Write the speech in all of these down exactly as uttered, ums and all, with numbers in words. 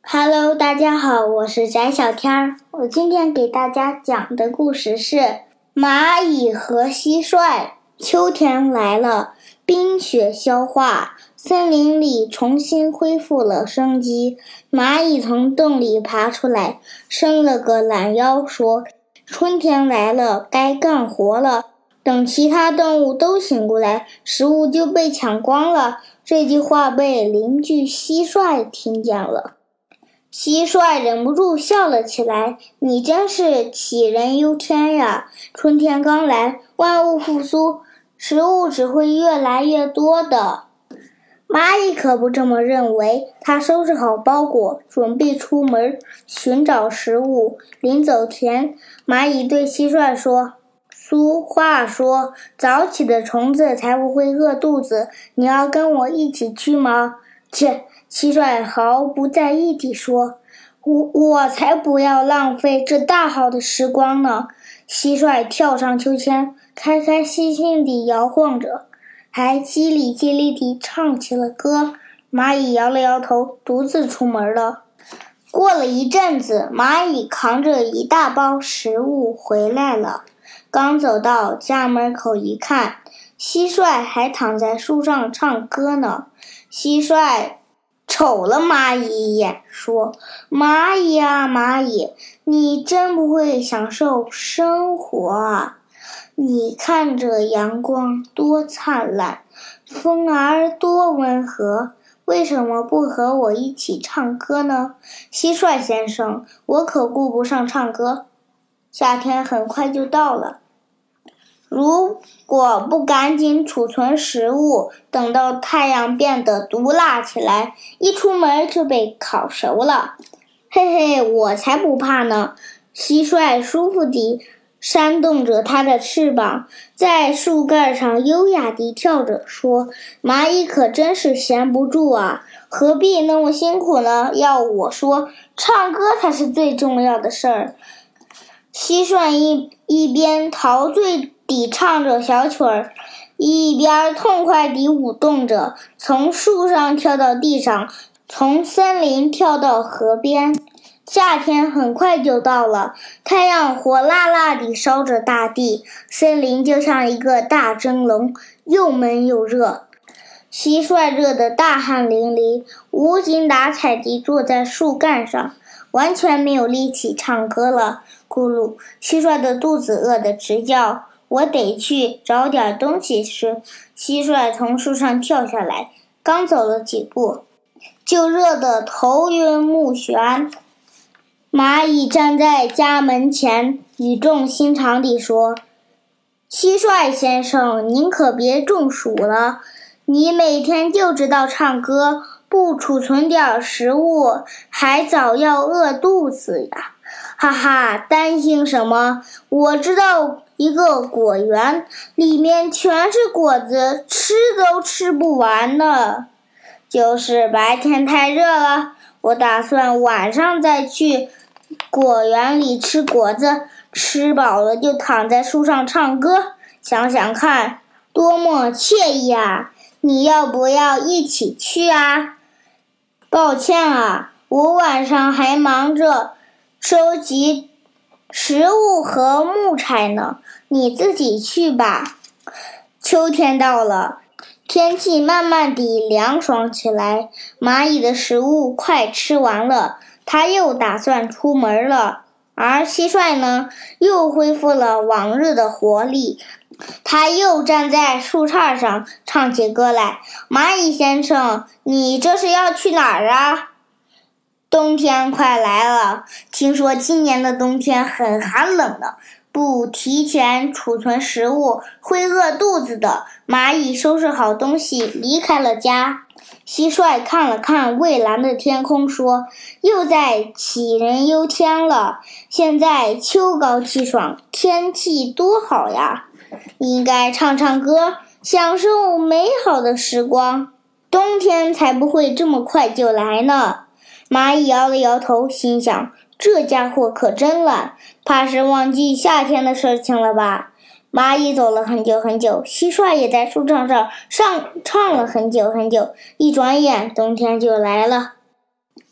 Hello， 大家好，我是翟小天儿。我今天给大家讲的故事是蚂蚁和蟋蟀。秋天来了，冰雪消化，森林里重新恢复了生机。蚂蚁从洞里爬出来，伸了个懒腰，说：春天来了，该干活了。等其他动物都醒过来，食物就被抢光了。这句话被邻居蟋蟀听见了。蟋蟀忍不住笑了起来，你真是杞人忧天呀！春天刚来，万物复苏，食物只会越来越多的。蚂蚁可不这么认为，它收拾好包裹，准备出门寻找食物。临走前，蚂蚁对蟋蟀说：俗话说，早起的虫子才不会饿肚子，你要跟我一起去吗？切！蟋蟀毫不在意地说：我我才不要浪费这大好的时光呢！蟋蟀跳上秋千，开开心心地摇晃着，还叽里叽里地唱起了歌。蚂蚁摇了摇头，独自出门了。过了一阵子，蚂蚁扛着一大包食物回来了。刚走到家门口一看，蟋蟀还躺在树上唱歌呢。蟋蟀瞅了蚂蚁一眼，说：蚂蚁啊蚂蚁，你真不会享受生活啊！你看这阳光多灿烂，风儿多温和，为什么不和我一起唱歌呢？蟋蟀先生，我可顾不上唱歌，夏天很快就到了，如果不赶紧储存食物，等到太阳变得毒辣起来，一出门就被烤熟了。嘿嘿，我才不怕呢！蟋蟀舒服地扇动着它的翅膀，在树干上优雅地跳着，说：蚂蚁可真是闲不住啊，何必那么辛苦呢？要我说，唱歌才是最重要的事儿。蟋蟀一一边陶醉地唱着小曲儿，一边痛快地舞动着，从树上跳到地上，从森林跳到河边。夏天很快就到了，太阳火辣辣地烧着大地，森林就像一个大蒸笼，又闷又热。蟋蟀热得大汗淋漓，无精打采地坐在树干上，完全没有力气唱歌了。咕噜，蟋蟀的肚子饿得直叫，我得去找点东西吃。蟋蟀从树上跳下来，刚走了几步，就热得头晕目眩。蚂蚁站在家门前，语重心长地说：蟋蟀先生，您可别中暑了，你每天就知道唱歌，不储存点食物，还早要饿肚子呀！哈哈，担心什么？我知道一个果园，里面全是果子，吃都吃不完呢。就是白天太热了，我打算晚上再去果园里吃果子，吃饱了就躺在树上唱歌，想想看，多么惬意啊！你要不要一起去啊？抱歉啊，我晚上还忙着收集食物和木柴呢，你自己去吧。秋天到了，天气慢慢地凉爽起来，蚂蚁的食物快吃完了，它又打算出门了。而蟋蟀呢，又恢复了往日的活力，它又站在树杈上唱起歌来。蚂蚁先生，你这是要去哪儿啊？冬天快来了，听说今年的冬天很寒冷的，不提前储存食物会饿肚子的。蚂蚁收拾好东西离开了家。蟋蟀看了看蔚蓝的天空，说：又在杞人忧天了，现在秋高气爽，天气多好呀，应该唱唱歌，享受美好的时光，冬天才不会这么快就来呢。蚂蚁摇了摇头，心想：这家伙可真懒，怕是忘记夏天的事情了吧。蚂蚁走了很久很久，蟋蟀也在树杈上上唱了很久很久，一转眼冬天就来了。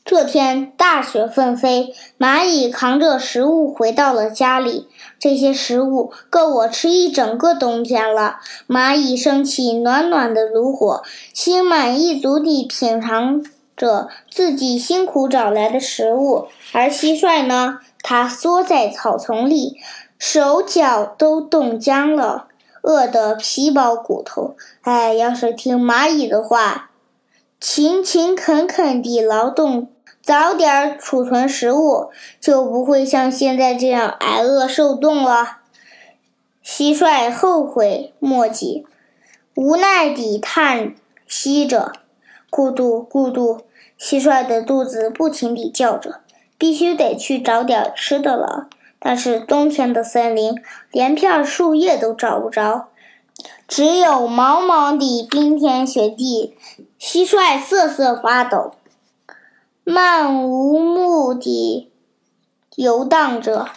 这天大雪纷飞，蚂蚁扛着食物回到了家里。这些食物够我吃一整个冬天了。蚂蚁升起暖暖的炉火，心满意足地品尝着自己辛苦找来的食物。而蟋蟀呢，它缩在草丛里，手脚都冻僵了，饿得皮包骨头。哎，要是听蚂蚁的话，勤勤恳恳地劳动，早点储存食物，就不会像现在这样挨饿受冻了。蟋蟀后悔莫及，无奈地叹息着，咕嘟咕嘟，蟋蟀的肚子不停地叫着，必须得去找点吃的了。但是冬天的森林连片树叶都找不着，只有茫茫的冰天雪地。蟋蟀瑟瑟发抖，漫无目地游荡着。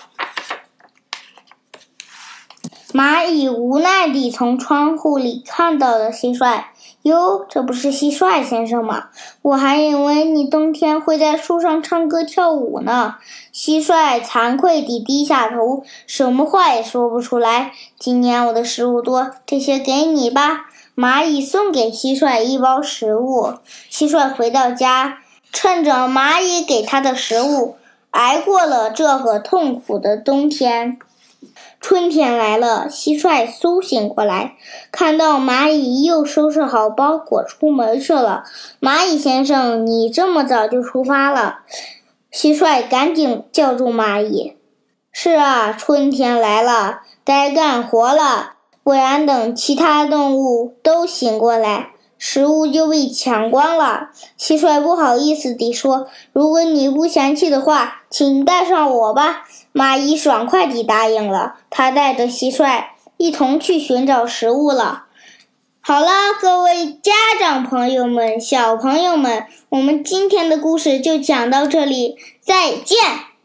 蚂蚁无奈地从窗户里看到了蟋蟀。哟，这不是蟋蟀先生吗？我还以为你冬天会在树上唱歌跳舞呢。蟋蟀惭愧地低下头，什么话也说不出来。今年我的食物多，这些给你吧。蚂蚁送给蟋蟀一包食物。蟋蟀回到家，趁着蚂蚁给它的食物，挨过了这个痛苦的冬天。春天来了，蟋蟀苏醒过来，看到蚂蚁又收拾好包裹出门去了。蚂蚁先生，你这么早就出发了？蟋蟀赶紧叫住蚂蚁。是啊，春天来了，该干活了，不然等其他动物都醒过来，食物就被抢光了。蟋蟀不好意思地说，如果你不嫌弃的话，请带上我吧。蚂蚁爽快地答应了，他带着蟋蟀一同去寻找食物了。好了，各位家长朋友们、小朋友们，我们今天的故事就讲到这里，再见。